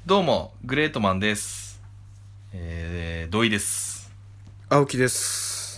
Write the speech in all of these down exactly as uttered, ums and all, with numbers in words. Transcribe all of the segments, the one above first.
どうもグレートマンです。えー、土井です。 青木です。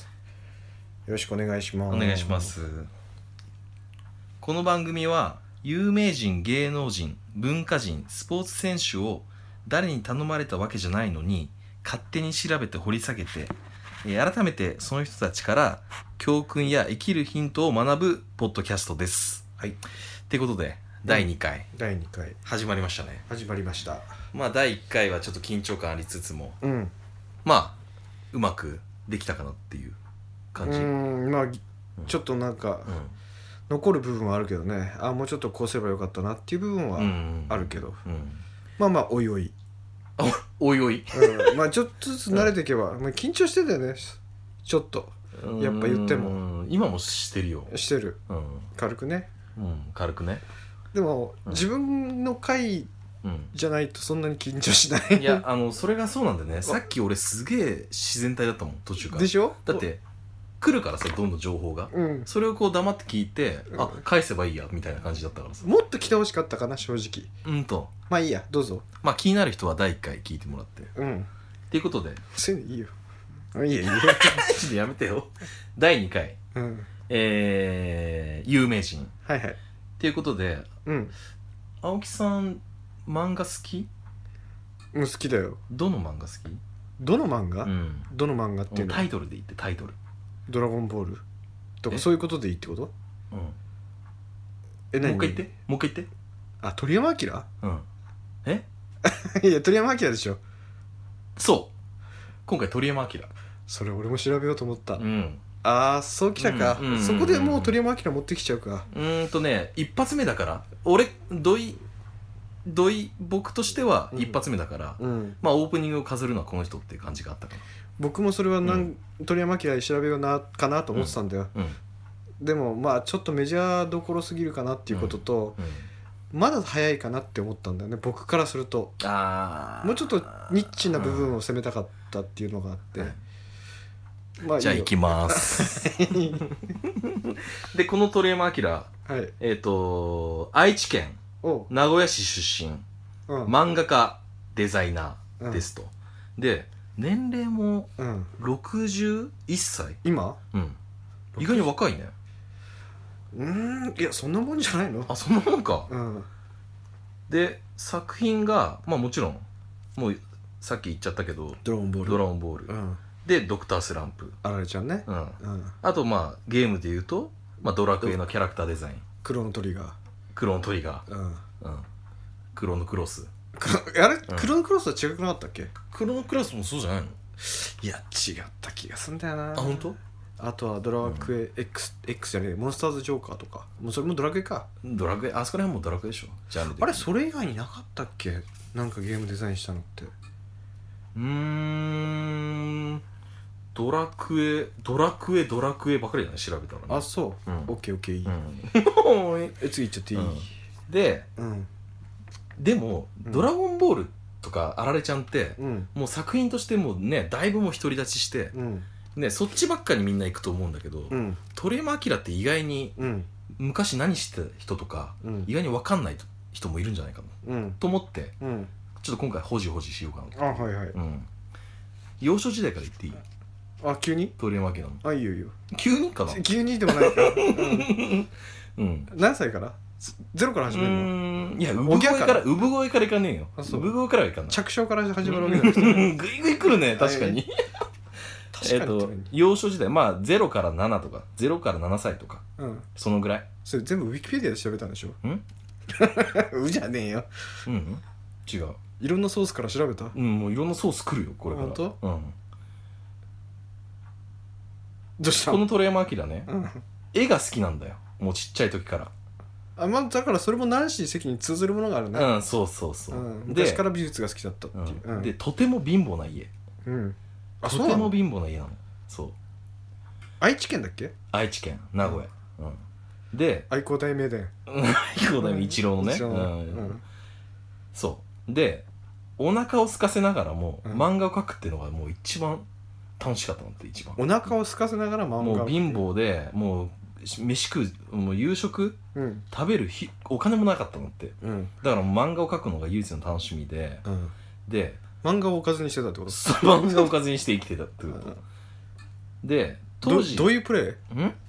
よろしくお願いします。 お願いします。この番組は有名人、芸能人、文化人、スポーツ選手を誰に頼まれたわけじゃないのに勝手に調べて掘り下げて、えー、改めてその人たちから教訓や生きるヒントを学ぶポッドキャストです。 はい。 ってことでだいにかい、 うん、だいにかい始まりましたね。 始まりました。 まあだいいっかいはちょっと緊張感ありつつも、 うん、 まあうまくできたかなっていう感じ。 うーん、まあ、うん、ちょっとなんか、うん、残る部分はあるけどね。あ、もうちょっとこうすればよかったなっていう部分はあるけど、うんうん、まあまあおいおいおいおい、 うん、まあちょっとずつ慣れていけば、うん、まあ、緊張してたよね。ちょっとやっぱ言っても今もしてるよ。 してる、うん、軽くね、 うん、軽くね。 でも、うん、自分の回じゃないとそんなに緊張しない、 いや、あのそれがそうなんだよね。さっき俺すげえ自然体だったもん、途中から。 でしょ。 だって来るからさ、どんどん情報が、うん、それをこう黙って聞いて、うん、あ、返せばいいやみたいな感じだったからさ。 もっと来てほしかったかな、正直。うんとまあいいや、どうぞ。 まあ気になる人はだいいっかい聞いてもらって、うんっていうことで、 せいいよ。あ、いいよいいよちょっとやめてよ。だいにかい、うん、えー、有名人、 はいはい、 っていうことで、うん、青木さん漫画好き？ うん、好きだよ。どの漫画好き？ どの漫画？うん、どの漫画っていうの？ タイトルで言って、タイトル。 ドラゴンボールとかそういうことでいいってこと？うん。 え、何？もう一回言って。もう一回言って。 あ、鳥山明？うん。えいや、鳥山明でしょ。そう。 今回鳥山明。 それ俺も調べようと思った。うん。ああ、そうきたか、うんうん、そこでもう鳥山明持ってきちゃうか。 うーんとね、一発目だから俺土井土井僕としては一発目だから、うん、まあオープニングを飾るのはこの人っていう感じがあったから、 僕もそれはなん、うん、鳥山明調べようなかなと思ってたんだよ、うんうん、でもまあちょっとメジャーどころすぎるかなっていうことと、うんうん、まだ早いかなって思ったんだよね、僕からすると。あもうちょっとニッチな部分を攻めたかったっていうのがあって、うんまあ、じゃあ行きますでこの鳥山明、はい、えっ、ー、と愛知県名古屋市出身、うん、漫画家デザイナーですと、うん、で年齢もろくじゅういっさい、 今、 うん、意外に若いね。 うーん、いやそんなもんじゃないの。 あ、そんなもんか、うん、で作品がまあもちろんもうさっき言っちゃったけどドラゴンボール、 ドラゴンボール、うんでドクタースランプ、 あられちゃんね、うんうん、 あとまあゲームでいうと、まあ、ドラクエのキャラクターデザイン、 クロノトリガー、 クロノトリガー、うんうん、クロノクロス、 あれ、うん、クロノクロスは違くなかったっけ？ クロノクロスもそうじゃないの？ いや違った気がするんだよな。 あ、本当？ あとはドラクエ X、うん、X じゃねえ、モンスターズジョーカーとか、もうそれもドラクエか。 ドラクエ、あそこら辺もドラクエでしょ、ジャンルで。 あれそれ以外になかったっけ？なんかゲームデザインしたのって。 うーん、ドラクエドラクエドラクエばかりだね、調べたらね。 あ、そう、うん、オッケーオッケー、いい、うん、え次いっちゃっていい、うん、 で、うん、でも、うん、ドラゴンボールとかあられちゃんって、うん、もう作品としてもねだいぶもう独り立ちして、うんね、そっちばっかにみんな行くと思うんだけど、うん、鳥山明って意外に、うん、昔何してた人とか、うん、意外に分かんない人もいるんじゃないかな、うん、と思って、うん、ちょっと今回ほじほじしようかなと。あ、はいはい、うん、幼少時代から言っていい？ あ、急に？ 鳥山明なの？ あ、いいよいいよ。 急にかな？ 急にでもないか、うんうん、何歳から？ゼロから始めるの？うーん、いや、産声から産声からいかねえよ。産声からはいかない。 着床から始まるわけだからグイグイ来るね、確かにえっと幼少時代、まあゼロからななとかゼロからななさいとか、うん、そのぐらい。 それ全部ウィキペディアで調べたんでしょ？んうじゃねえよ。 うん、うん、違う。 いろんなソースから調べた？ うん、もういろんなソース来るよこれから。本当？うん。 どうした？ この鳥山明ね、うん、絵が好きなんだよ、もうちっちゃい時から。 あ、まあ、だからそれもナンシー関に通ずるものがあるね。 うん、そうそうそう、うん、 昔から美術が好きだったっていう、 うんうん、でとても貧乏な家、うん、あ、とても貧乏な家なの。そう、 愛知県だっけ？ 愛知県名古屋、うんうん、で愛工大名電愛工大名一郎のね、うんうん、そうでお腹を空かせながらも、うん、漫画を描くっていうのがもう一番楽しかったのって。一番お腹を空かせながら漫画を、 もう貧乏でもう飯食うもう夕食、 うん、 食べる日お金もなかったのって、 うん、 だから漫画を描くのが唯一の楽しみで、うん、で漫画をおかずにしてたってこと？ 漫画をおかずにして生きてたってこと、うん、で当時ど, どういうプレイ？ん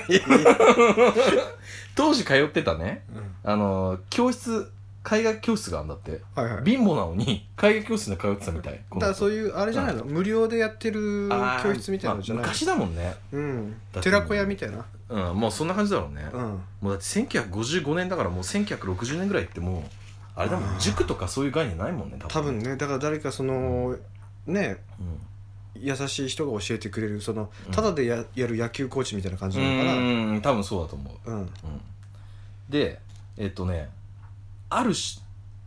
当時通ってたね、うん、あの教室絵画教室があるんだって、はいはい、貧乏なのに絵画教室に通ってたみたい。 だからそういうあれじゃないの、無料でやってる教室みたいなのじゃない、 まあ、昔だもんね、 うん、寺子屋みたいな、 うん、もうそんな感じだろうね、うん、もうだってせんきゅうひゃくごじゅうごねんだからもうせんきゅうひゃくろくじゅうねんぐらいってもうあれだもん、塾とかそういう概念ないもんね多分、多分ね。だから誰かその、うん、ね、うん、優しい人が教えてくれるそのただで や, やる野球コーチみたいな感じなのかな。 うん多分そうだと思う、うんうん、でえっとねあるし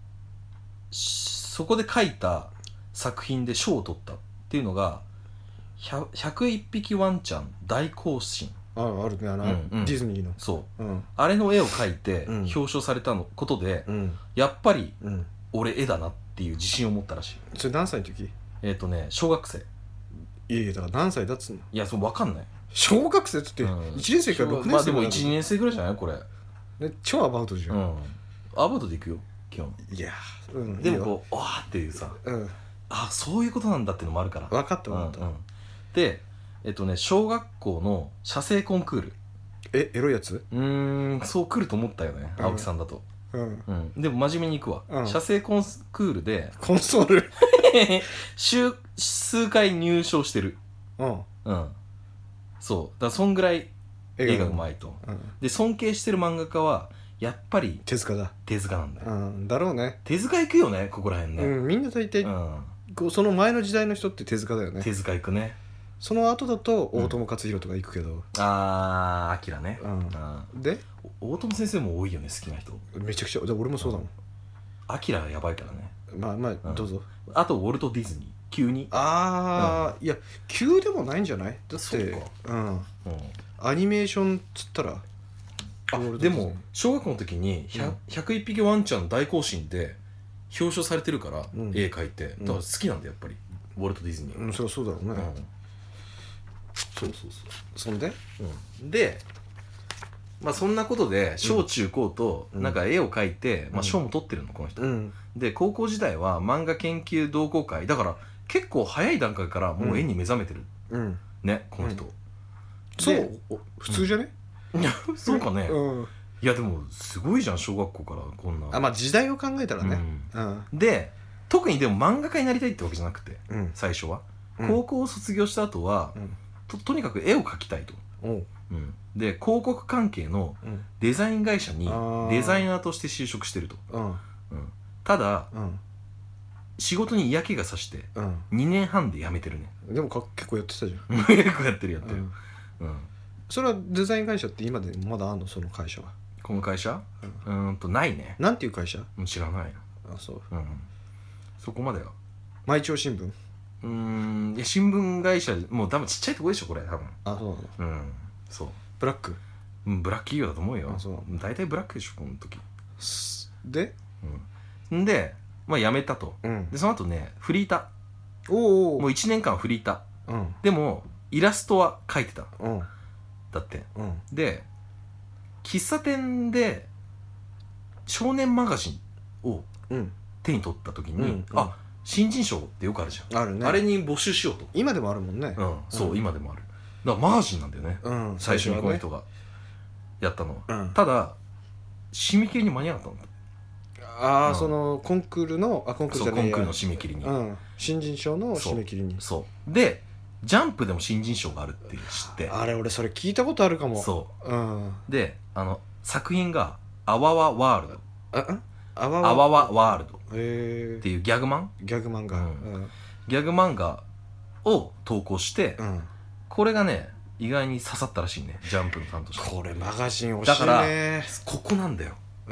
そこで書いた作品で賞を取ったっていうのがひゃくいっぴきワンちゃん大行進。 あるあるね、あの、うんうん、ディズニーのそう、うん、あれの絵を描いて表彰されたのことで、うん、やっぱり、うん、俺絵だなっていう自信を持ったらしい。 それ何歳の時？ えっ、ー、とね小学生。 いやいやだから何歳だっつうの？ いやそう分かんない。 小学生っつって、うん、いちねん生からろくねん生。 まあでもいちにねん生ぐらいじゃないこれ、 ね、超アバウトじゃん、うん、 アバウトでいくよ基本。いや、うん、でもこうわーっていうさ、うん、あそういうことなんだっていうのもあるから。 分かった分かった、うんうん、 でえっとね小学校の写生コンクール。 えエロいやつ？ うーんそう来ると思ったよね、うん、青木さんだと、うんうん、でも真面目に行くわ、うん、写生コンクールでコンソール週数回入賞してる。うんうんそうだからそんぐらい絵がうまいと、うん、で尊敬してる漫画家はやっぱり手塚だ。 手塚なんだよ、 うん、だろうね。 手塚行くよねここら辺ね、 うん、みんな大体、うん、その前の時代の人って手塚だよね。 手塚行くね。 その後だと大友克洋とか行くけど、うん、 あーアキラね、 うんうん、で大友先生も多いよね好きな人。 めちゃくちゃ。俺もそうだもん。 アキラやばいからね。 まあまあ、うん、どうぞ。 あとウォルト・ディズニー急に。 ああ、うん、いや急でもないんじゃない？だってう、うん、うん、アニメーションっつったらあでも小学校の時に ひゃく, ひゃくいっぴきワンちゃんの大行進で表彰されてるから、うん、絵描いてだから好きなんだよやっぱりウォルト・ディズニー。 うんそりゃそうだろうね、うん、 そうそうそう。 そんで、 うん、でまあそんなことで小中高となんか絵を描いて、うん、まあ賞も取ってるのこの人、うん、で高校時代は漫画研究同好会だから結構早い段階からもう絵に目覚めてる、うん、ねこの人、うん、 そう普通じゃね、 いやそうかね、 うん、 いやでもすごいじゃん小学校からこんな。 あまあ時代を考えたらね、 うんうん、で特にでも漫画家になりたいってわけじゃなくて、うん、最初は、うん、高校を卒業した後は、うん、と, とにかく絵を描きたいと、うんうん、で広告関係のデザイン会社にデザイナーとして就職してると、うんうん、ただ、うん、仕事に嫌気がさして、うん、にねんはんで辞めてるね。 でもか結構やってたじゃん結構やってるやってる、うんうん、 それはデザイン会社って今でまだあんのその会社は？ この会社、うん、うんとないね。 なんていう会社？ 知らない。 あそう、 うん、そこまでは毎朝新聞。 うーんいや新聞会社もう多分ちっちゃいとこでしょこれ多分。 あそうなの。 うんそうブラック。 うんブラック企業だと思うよ。 あそう大体ブラックでしょこの時で、 うん、でまあ辞めたと、うん、でその後ねフリータおおもういちねんかんフリータ、 うん、 でもイラストは描いてた、 うん、 だって、 うん、 で喫茶店で少年マガジンを手に取った時に、うん、あ新人賞ってよくあるじゃん。 あるね。 あれに募集しようと。 今でもあるもんね。 うんそう、うん、今でもある。だからマガジンなんだよね、うん、最初にこの人がやったのは、うん、ただ締め切りに間に合わなかったの。 ああ、うん、そのコンクールのあコンクールじゃねえやコンクールの締め切りに、 うん、新人賞の締め切りに。 そう、そうでジャンプでも新人賞があるって知って。 あれ俺それ聞いたことあるかも。 そう、 うん、 であの作品があわわワールドああわわワールドっていうギャグ漫ギャグ漫画、うんうん、ギャグ漫画を投稿して、うん、これがね意外に刺さったらしいねジャンプの担当者。 これマガジン惜しいね。 だからここなんだよ、うん、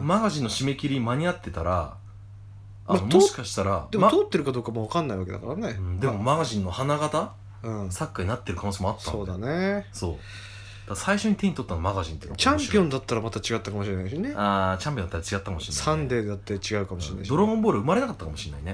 マガジンの締め切り間に合ってたらあの、まあ、もしかしたらでも通ってるかどうかも分かんないわけだからね、 うん、でもマガジンの花形、うん、作家になってる可能性もあったんだよ。 そうだね。 そうだ最初に手に取ったのマガジンっていうのチャンピオンだったらまた違ったかもしれないしね。 ああチャンピオンだったら違ったかもしれない、ね、 サンデーだって違うかもしれないし、ね、 ドラゴンボール生まれなかったかもしれないね。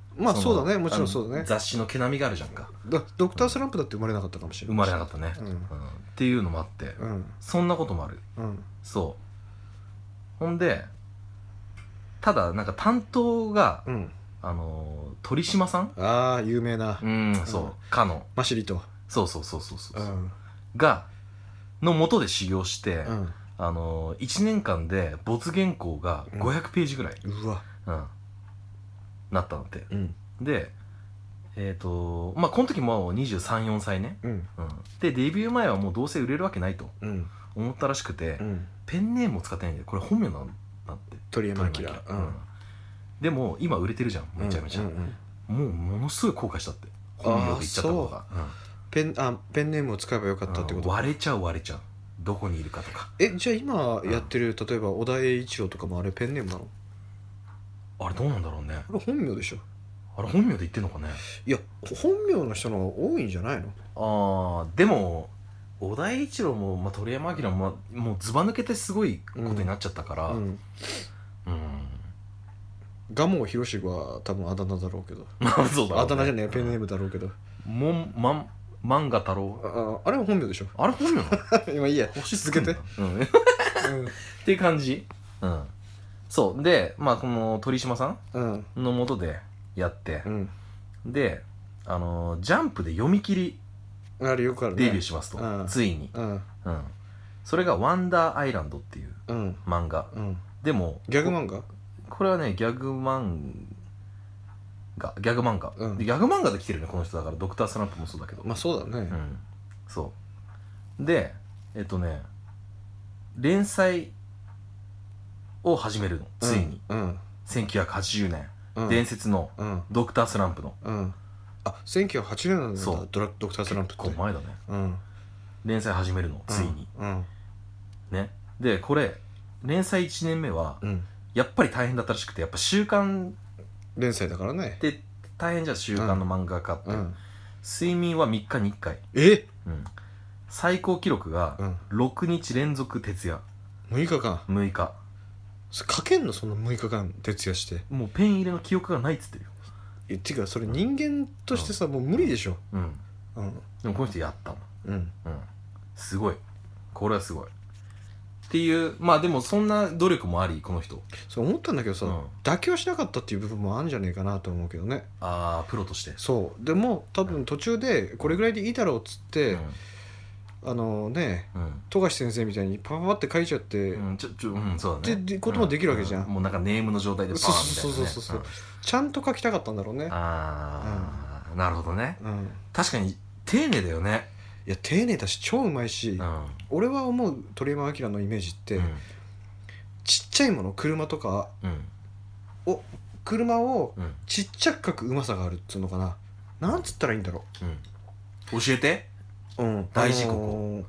まあそうだね、もちろんそうだね。 雑誌の毛並みがあるじゃんか。 だドクタースランプだって生まれなかったかもしれない。 生まれなかったね、 うんうん、っていうのもあって、うん、そんなこともある、うん、そうほんでただなんか担当が、うん、あの鳥島さん、 ああ有名な、 うん、そう、うん、かのマシリと、 そうそうそうそうそう、うん、がの元で修行して、うん、あのいちねんかんで没原稿がごひゃくページぐらい、うん、うわ、うん、なったんだって、うん、でえーとまあこの時もうにじゅうさん、よんさいね、うんうん、でデビュー前はもうどうせ売れるわけないと思ったらしくて、うん、ペンネームを使ってないんでこれ本名なんだって鳥山明、うん、 でも今売れてるじゃんめちゃめちゃ、うんうんうん、もうものすごい後悔したって本名で言っちゃったことが、うん、 ペンあペンネームを使えばよかったってこと、 割れちゃう割れちゃうどこにいるかとか。 えじゃあ今やってる、うん、例えば小田栄一郎とかもあれペンネームなの？ あれどうなんだろうね。 あれ本名でしょ。 あれ本名で言ってんのかね。 いや本名の人の方が多いんじゃないの？ あーでも小田栄一郎も、まあ、鳥山明も、まあ、もうずば抜けてすごいことになっちゃったから、うん、うん、 蒲生博は多分あだ名だろうけどそうだろうね、 あだ名じゃねえペンネームだろうけどもんまん漫画太郎、 ああれは本名でしょ。 あれ本名なの？ 今いいや続けて、うん、 っていう感じ、うん、そうでまあこの鳥島さんのもとでやって、うん、であのジャンプで読み切りあれよくあるね、 デビューしますと、うん、ついに、うんうん、それがワンダーアイランドっていう漫画、うん、でもギャグ漫画？ これはねギャグ漫画ギャグ漫画、うん、ギャグ漫画で来てるねこの人だからドクタースランプもそうだけどまあそうだね、 うん、そうでえっとね連載を始めるのついに、うんうん、せんきゅうひゃくはちじゅうねん、うん、伝説のドクタースランプの、うん、 あせんきゅうひゃくはちねんなんだそうドラドクタースランプって結構前だね、うん、連載始めるのついに、うんうん、ねでこれ連載いちねんめは、うん、やっぱり大変だったらしくてやっぱ週刊連載だからねで大変じゃん週刊の漫画家って、うん、睡眠はみっかにいっかいえ、 うん、最高記録がろくにち連続徹夜むいかかんむいか書けんのそのむいかかん徹夜してもうペン入れの記憶がないっつってるよ。 えっていうかそれ人間としてさ、うん、もう無理でしょ、うんうん、でもこの人やったの、うんうん、すごいこれはすごいっていうまあでもそんな努力もありこの人そう思ったんだけどさ、うん、妥協しなかったっていう部分もあるんじゃねえかなと思うけどね。 ああプロとしてそうでも多分途中でこれぐらいでいいだろうっつって、うん、あのね富樫、うん、先生みたいにパパパって書いちゃって、うんちょちょうん、そうだねってこともできるわけじゃん、うんうん、 もうなんかネームの状態でパーンみたいな、ね、 そうそうそうそう、うん、ちゃんと書きたかったんだろうね。 ああ、うん、なるほどね、うん、確かに丁寧だよね。 いや丁寧だし超うまいし、うん、俺は思う鳥山明のイメージって、うん、ちっちゃいもの車とか、うん、を車をちっちゃく描くうまさがあるっつうのかな、なんつったらいいんだろう、うん、教えて、うん、大事ここ、あのー、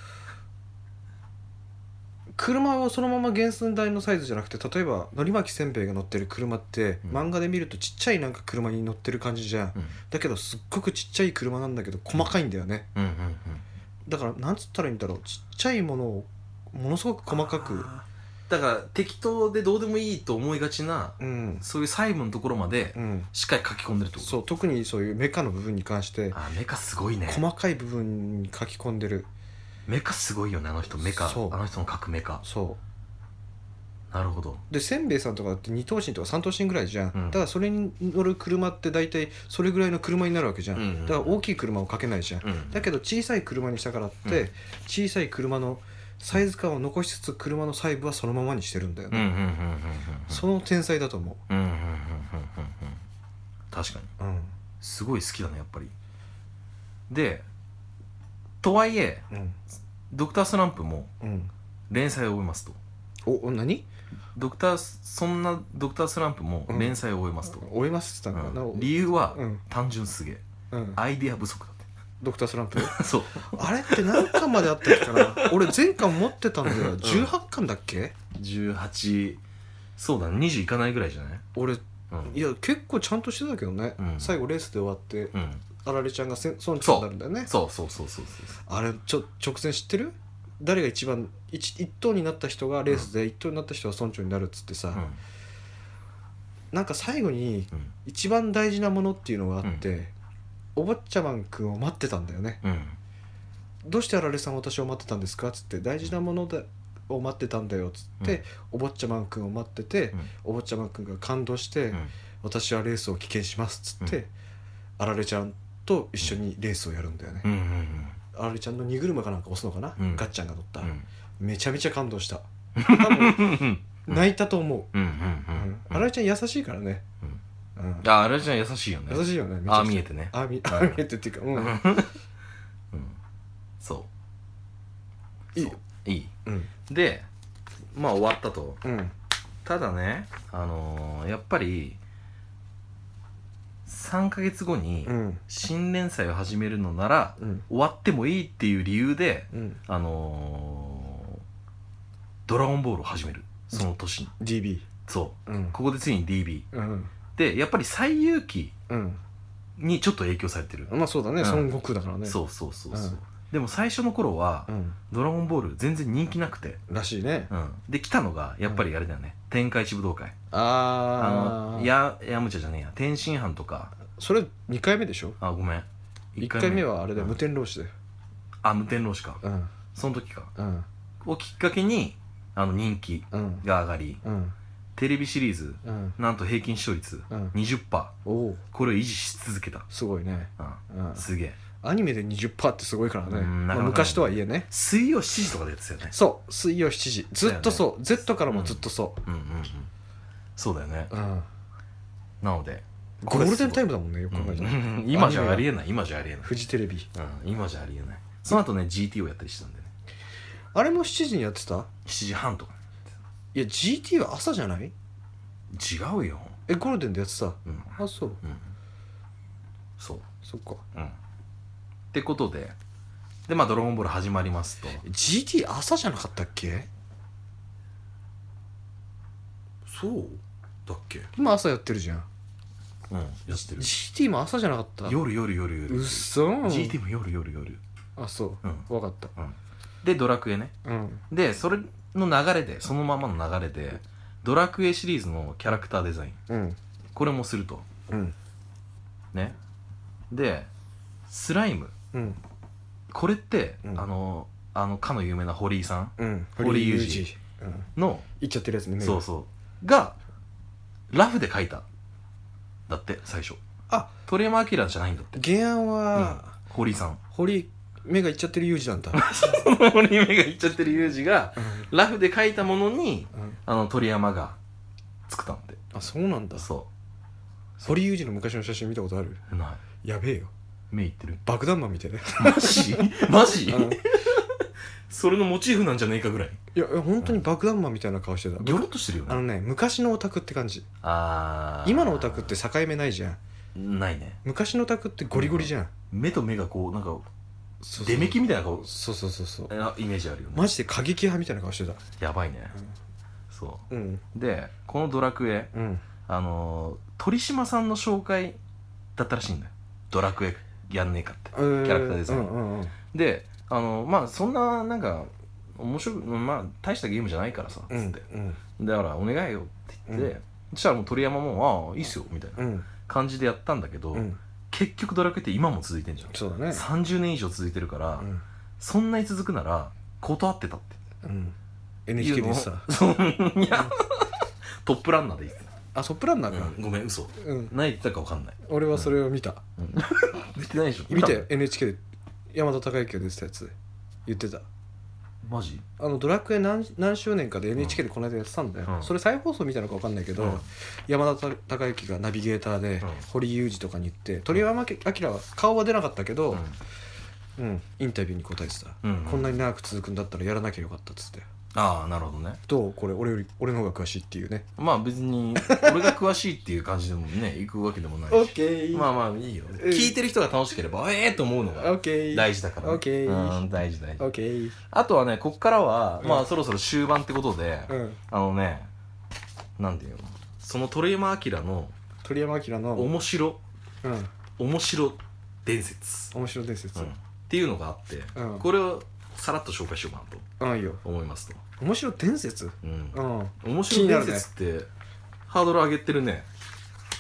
車をそのまま原寸大のサイズじゃなくて例えばのり巻せんべいが乗ってる車って、うん、漫画で見るとちっちゃいなんか車に乗ってる感じじゃん、うん、だけどすっごくちっちゃい車なんだけど細かいんだよね、うんうんうんうん、だからなんつったらいいんだろう、ちっちゃいものをものすごく細かく、 だから適当でどうでもいいと思いがちな、うん、そういう細部のところまでしっかり書き込んでるってこと、うん、 そう特にそういうメカの部分に関してあメカすごいね、 細かい部分に書き込んでる。 メカすごいよねあの人メカ、あの人の書くメカ、そうなるほど。 でせんべいさんとかってに頭身とかさん頭身ぐらいじゃん、うん、だからそれに乗る車って大体それぐらいの車になるわけじゃん、うんうん、だから大きい車をかけないじゃん、うん、だけど小さい車にしたからって、うん、小さい車のサイズ感を残しつつ車の細部はそのままにしてるんだよね。その天才だと思う。うんうんうんうんうん、 確かに、うん、すごい好きだねやっぱり。でとはいえ、うん、ドクタースランプも連載を終えますと、 お、何？ ドクターそんなドクタースランプも連載を終えますと、 うん、終えますって言ったのかな、 うん、理由は単純すげえ、うん、アイディア不足だって。 ドクタースランプそうあれって何巻まであったっけかな俺全巻持ってたんだよ。じゅうはちかんだっけ？ じゅうはち、そうだね、にじゅういかないぐらいじゃない俺、うん、 いや結構ちゃんとしてたけどね、うん、最後レースで終わって、うん、あられちゃんが村長になるんだよね。 そうそうそうそうそうあれちょ直線知ってる？誰が一番 1, 一等になった人がレースで、うん、一等になった人が村長になるっつってさ、うん、 なんか最後に一番大事なものっていうのがあって、うん、お坊ちゃまんくんを待ってたんだよね、うん、どうしてあられさん私を待ってたんですかっつって大事なものでを待ってたんだよっつって、うん、お坊ちゃまんくんを待ってて、うん、お坊ちゃまんくんが感動して、うん、私はレースを棄権しますっつって、うん、あられちゃんと一緒にレースをやるんだよね、うんうんうん、あられちゃんの荷車かなんか押すのかな、うん、ガッチャンが乗った、うん、めちゃめちゃ感動した多分泣いたと思う、うんうんうん、あられちゃん優しいからね、 うんうん、ああられちゃん優しいよね優しいよねああ見えてねああ見えてっていうかうん、うん、 そういいいい、うん、でまあ終わったと、うん、ただねあのー、やっぱりさんかげつごに新連載を始めるのなら、うん、終わってもいいっていう理由で、うん、あのー、ドラゴンボールを始めるその年にディービーそう、うん、ここでついに ディービー、うん、でやっぱり最遊記にちょっと影響されてる、 まあそうだね、うん、孫悟空だからねそうそうそうそう、うん、でも最初の頃は、うん、ドラゴンボール全然人気なくてらしいね、 うん、で来たのがやっぱりあれだよね、うん、天下一武道会ああのややむちゃじゃねえや天津飯とかそれにかいめでしょあごめんいっかいめはあれだよ、うん、無天老師だよあ無天老師か、うん、その時か、うん、をきっかけにあの人気が上がり、うん、テレビシリーズ、うん、なんと平均視聴率 にじゅっパーセント、うん、これを維持し続けたすごいね、 うんうん、すげえアニメで にじゅっパーセント ってすごいからね、まあ、昔とはいえね水曜しちじとかでやってたよねそう水曜しちじずっとそう、ね、Z からもずっとそう、うんうんうんうん、 そうだよね、うん、なのでゴールデンタイムだもんねよく考えたら、うん、 今じゃありえない今じゃありえないフジテレビ、 うん、今じゃありえないその後ね ジーティー をやったりしてたんだよねあれもしちじにやってたしちじはんとかいや ジーティー は朝じゃない違うよえゴールデンでやってた、うん、あそう、うん、 そうそっかうんってことででまあドラゴンボール始まりますとジーティー 朝じゃなかったっけそうだっけ今朝やってるじゃんうんやってるジーティー も朝じゃなかった夜夜夜夜うっそージーティー も夜夜夜あそう、うん、分かった、うん、 でドラクエね、うん、でそれの流れでそのままの流れでドラクエシリーズのキャラクターデザイン、うん、これもすると、うん、ねでスライム、うん、これって、うん、あのあのかの有名な堀井さん、うん、堀井裕二の言っちゃってるやつねそうそうがラフで描いただって最初あ鳥山明じゃないんだって原案は、うん、 堀井さん堀目がいっちゃってる裕二なんだ堀目がいっちゃってる裕二が、うん、ラフで描いたものに、うん、あの鳥山が作ったんであそうなんだそう堀裕二の昔の写真見たことあるないやべえよ目いってる爆弾マンみたいなマジマジそれのモチーフなんじゃねえかぐらいいや本当に爆弾マンみたいな顔してたギョロッとしてるよねあのね昔のオタクって感じあ今のオタクって境目ないじゃんないね昔のオタクってゴリゴリじゃん目と目がこうなんか出目きみたいな顔そうそうそうそうイメージあるよねマジで過激派みたいな顔してたやばいね、うん、そう、うん、でこのドラクエ、うん、あの鳥島さんの紹介だったらしいんだよドラクエやんねえかってキャラクターデザイン、うんうんうん、であのまあそんななんか面白いまあ大したゲームじゃないからさつって、うんうん、だからお願いよって言って、うん、そしたらもう鳥山もああいいっすよみたいな感じでやったんだけど、うん、結局ドラクエって今も続いてんじゃんそうだねさんじゅうねん以上続いてるから、うん、そんなに続くなら断ってたって、うん、 エヌエイチケー でさいやトップランナーでいいっすあトップランナーか、 うん、ごめん嘘、うん、何言ってたか分かんない俺はそれを見た、 うん、見てないでしょ見て エヌエイチケー で山田孝之が出てたやつ言ってたマジあのドラクエ 何, 何周年かで エヌエイチケー でこの間やってたんだよ、うん、それ再放送みたいなのか分かんないけど、うん、山田孝之がナビゲーターで、うん、堀井裕二とかに言って鳥山明は顔は出なかったけど、うんうん、インタビューに答えてた、うんうん、こんなに長く続くんだったらやらなきゃよかったっつってああなるほどねどうこれ俺より俺の方が詳しいっていうねまあ別に俺が詳しいっていう感じでもね行くわけでもないしオッケーまあまあいいよ、うん、聞いてる人が楽しければええー、と思うのが大事だから、ね、 オッケーうん大事大事オッケーあとはねこっからは、うん、まあそろそろ終盤ってことで、うん、あのねなんていうのその鳥山明の鳥山明の面白、うん、面白伝説面白伝説、うん、 っていうのがあって、うん、これをさらっと紹介しようかなと思いますと面白伝説、 うんうん、面白伝説って、ね、ハードル上げてるね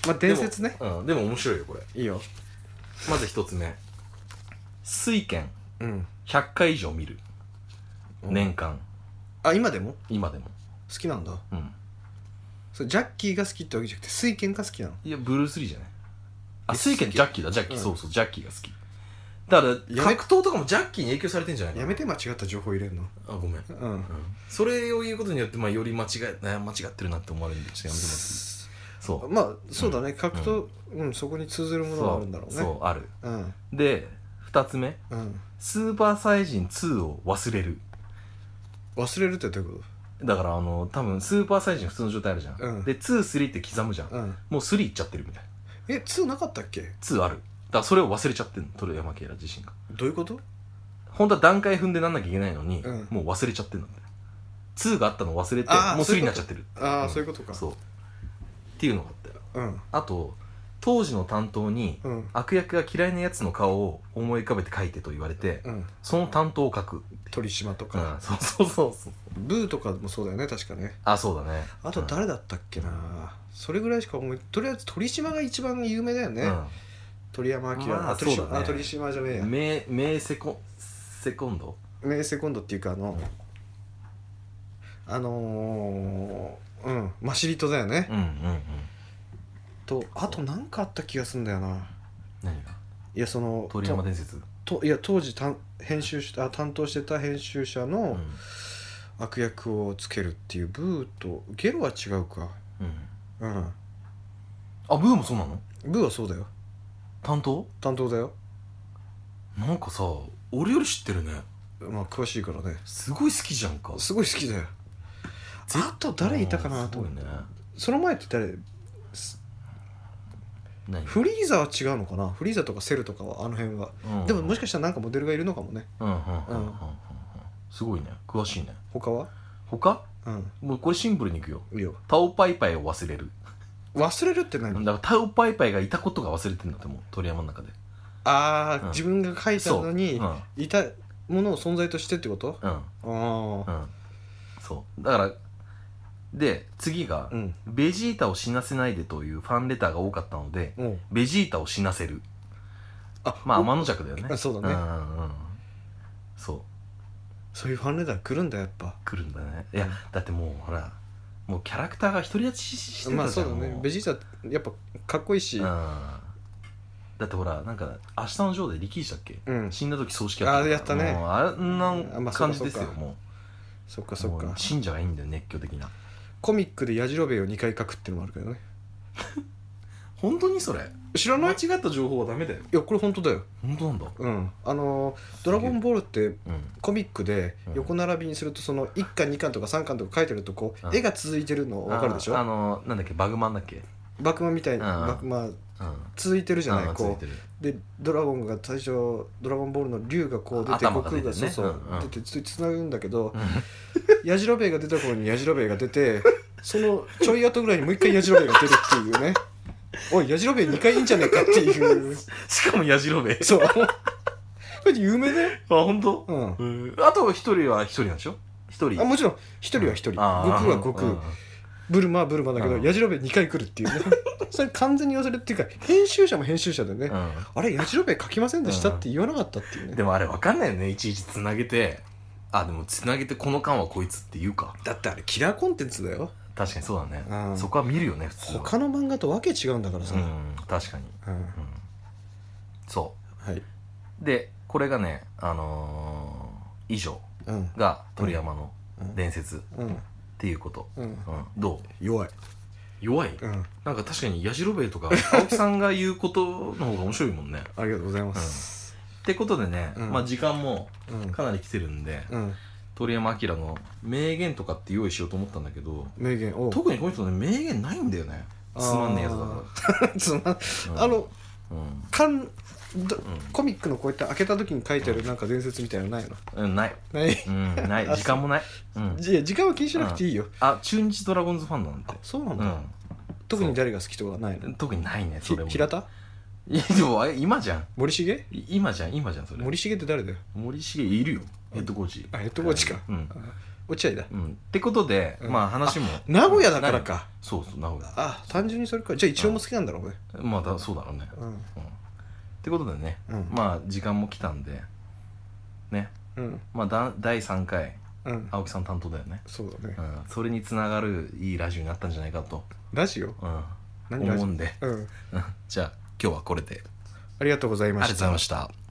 まあ伝説ね。 でも、うん、でも面白いよこれ。 いいよ。 まず一つ目、水拳うんひゃっかい以上見る、年間。 あ、今でも今でも好きなんだ。 うん。 それジャッキーが好きってわけじゃなくて水拳が好きなの？ いやブルース・リーじゃない。あ、 え水拳ジャッキーだ、ジャッキー、 うんそうそう、ジャッキーが好きだから。 やめ格闘とかもジャッキーに影響されてんじゃないかな。 やめて間違った情報入れるの。 あ、ごめん、 うん、 うん、それを言うことによって、まあ、より間違え、間違ってるなって思われるんで、ちょっとやめてもらっていい？そう、 まあそうだね、格闘、うん、そこに通ずるものがあるんだろうね。 そう、そうある。 うん、 でふたつめ、 うん、 スーパーサイジンツーを忘れる。 忘れるってどういうこだからあの多分スーパーサイジン普通の状態あるじゃん、 うん、 でツー、スリーって刻むじゃん、 うん、 もうスリーいっちゃってるみたいな。 え、ツーなかったっけ？ ツーある。だからそれを忘れちゃってんの、鳥山明自身が。 どういうこと？ 本当は段階踏んでなんなきゃいけないのに、 うん、 もう忘れちゃってんだって。ツーがあったのを忘れてもうスリーになっちゃってる。 ああ、そういうことか。 そうっていうのがあったよ。 うん、 あと当時の担当に、うん、悪役が嫌いなやつの顔を思い浮かべて描いてと言われて、うん、その担当を描く。 鳥島とか、 うん、そうそうそうそう。 ブーとかもそうだよね、確かね。 あ、そうだね。 あと誰だったっけな、うん、それぐらいしか思い、とりあえず鳥島が一番有名だよね、うん、鳥山明、まあ、鳥島、ね、あ、鳥島じゃねえや、 名名セコセコンド名セコンドっていうか、あの、うん、あのー、うんマシリトだよね。 うんうんうん。 とあと何かあった気がするんだよな。 何が？ いや、その鳥山伝説と、いや当時担編集しあ担当してた編集者の悪役をつけるっていう、ブーとゲロは違うか。うん、うん、 あ、ブーもそうなの？ ブーはそうだよ。 担当？ 担当だよ。 なんかさ、俺より知ってるね。 まあ詳しいからね。 すごい好きじゃんか。 すごい好きだよ。あと誰いたかなと思って、ね、その前って誰？フリーザは違うのかな。フリーザとかセルとかはあの辺は、うん、でももしかしたらなんかモデルがいるのかもね。うんうんうんうん、 すごいね、詳しいね。 他は？ 他？うん、もうこれシンプルにいくよ。 いいよ。 タオパイパイを忘れる。 忘れるって何？ だからタオパイパイがいたことが忘れてんだって、もう鳥山の中で。 ああ、うん、自分が書いたのに、うん、いたものを存在としてってこと？うん。ああ、 うん。そうだからで次が、うん、ベジータを死なせないでというファンレターが多かったので、うん、ベジータを死なせる。あ、まあ天の弱だよね。 あ、そうだね。うんうんうん。そうそういうファンレター来るんだ、やっぱ。 来るんだね。いや、うん、だってもうほら、もうキャラクターが独り立ちしてたじゃん。まあそうだね。 ベジータやっぱかっこいいし、うん、 だってほら、なんか明日のジョーで力士だっけ、うん、死んだ時葬式やった。あ、やったね。 もうあんな感じですよ。もうそっかそっか。 信者がいいんだよ、熱狂的な。 コミックでやじろべえをにかい書くっていうのもあるけどね。 本当にそれ知らない？ 間違った情報はダメだよ。 いや、これ本当だよ。 本当なんだ。 うん。あのドラゴンボールってコミックで横並びにすると、そのいっかんにかんとかさんかんとか書いてるとこう、うん、絵が続いてるの分かるでしょ。 あ, あのなんだっけ、バグマンだっけ。 バグマンみたいな、バグマン続いてるじゃない。こうでドラゴンが最初ドラゴンボールの竜がこう出て、悟空がそうそう出てつなぐんだけど、やじろべえが出た頃にやじろべえが出て、そのちょい後ぐらいにもう一回やじろべえが出るっていうね。おい、やじろべえにかいいいんじゃねえかっていう。 しかもやじろべえ。 そう。これ有名だよ。 あ、本当？うん。あと一人は一人なんでしょ？一人。 あ、もちろん一人は一人。悟空は悟空。ブルマはブルマだけど、やじろべえにかい来るっていうね。それ完全に忘れっていうか、編集者も編集者でね、うん、あれやじろべえ書きませんでしたって言わなかったっていうね。 でもあれ分かんないよね、いちいちつなげて。あ、でもつなげてこの間はこいつって言うか。 だってあれキラーコンテンツだよ。 確かにそうだね、うん、そこは見るよね、普通は。 他の漫画とわけ違うんだからさ、うん、 確かに、うんうん、そう、はい、でこれがね、あのー、以上が鳥山の伝説っていうこと、うんうん、どう？ 弱い弱い、うん、なんか確かにやじろべえとか青木さんが言うことの方が面白いもんね。 ありがとうございます、 うん、ってことでね、うん、まあ時間もかなり来てるんで、うん、鳥山明の名言とかって用意しようと思ったんだけど、 名言、お特にこの人ね、名言ないんだよね。つまんねえやつだからつまん、うん、あの、うん、かんコミックのこういった開けた時に書いてあるなんか伝説みたいなのないの？ うん、ないない、うん、ない時間もない、うん、 いや時間は気にしなくていいよ、うん、 あ、中日ドラゴンズファンなんて。 あ、そうなんだ、うん、特に誰が好きとかないの？ 特にないね、それも。 平田？ いやでもあれ今じゃん。 森重？ 今じゃん、今じゃんそれ。 森重って誰だよ？ 森重いるよ、ヘッドコーチ。 あ、ヘッドコーチか、 うん、 落合だ、 うん、ってことで、うん、まあ話も名古屋だからか、 そうそう名古屋あ単純にそれかじゃあ一応も好きなんだろうね、 うん、まあだそうだろうね、うんうん、ってことでね、うん、まあ時間も来たんでね、うん、まあだだいさんかい、うん、青木さん担当だよねそうだね、うん、 それにつながるいいラジオになったんじゃないかとラジオ、うん、 何ラジオ思うんで、うん、じゃあ今日はこれでありがとうございました。 ありがとうございました。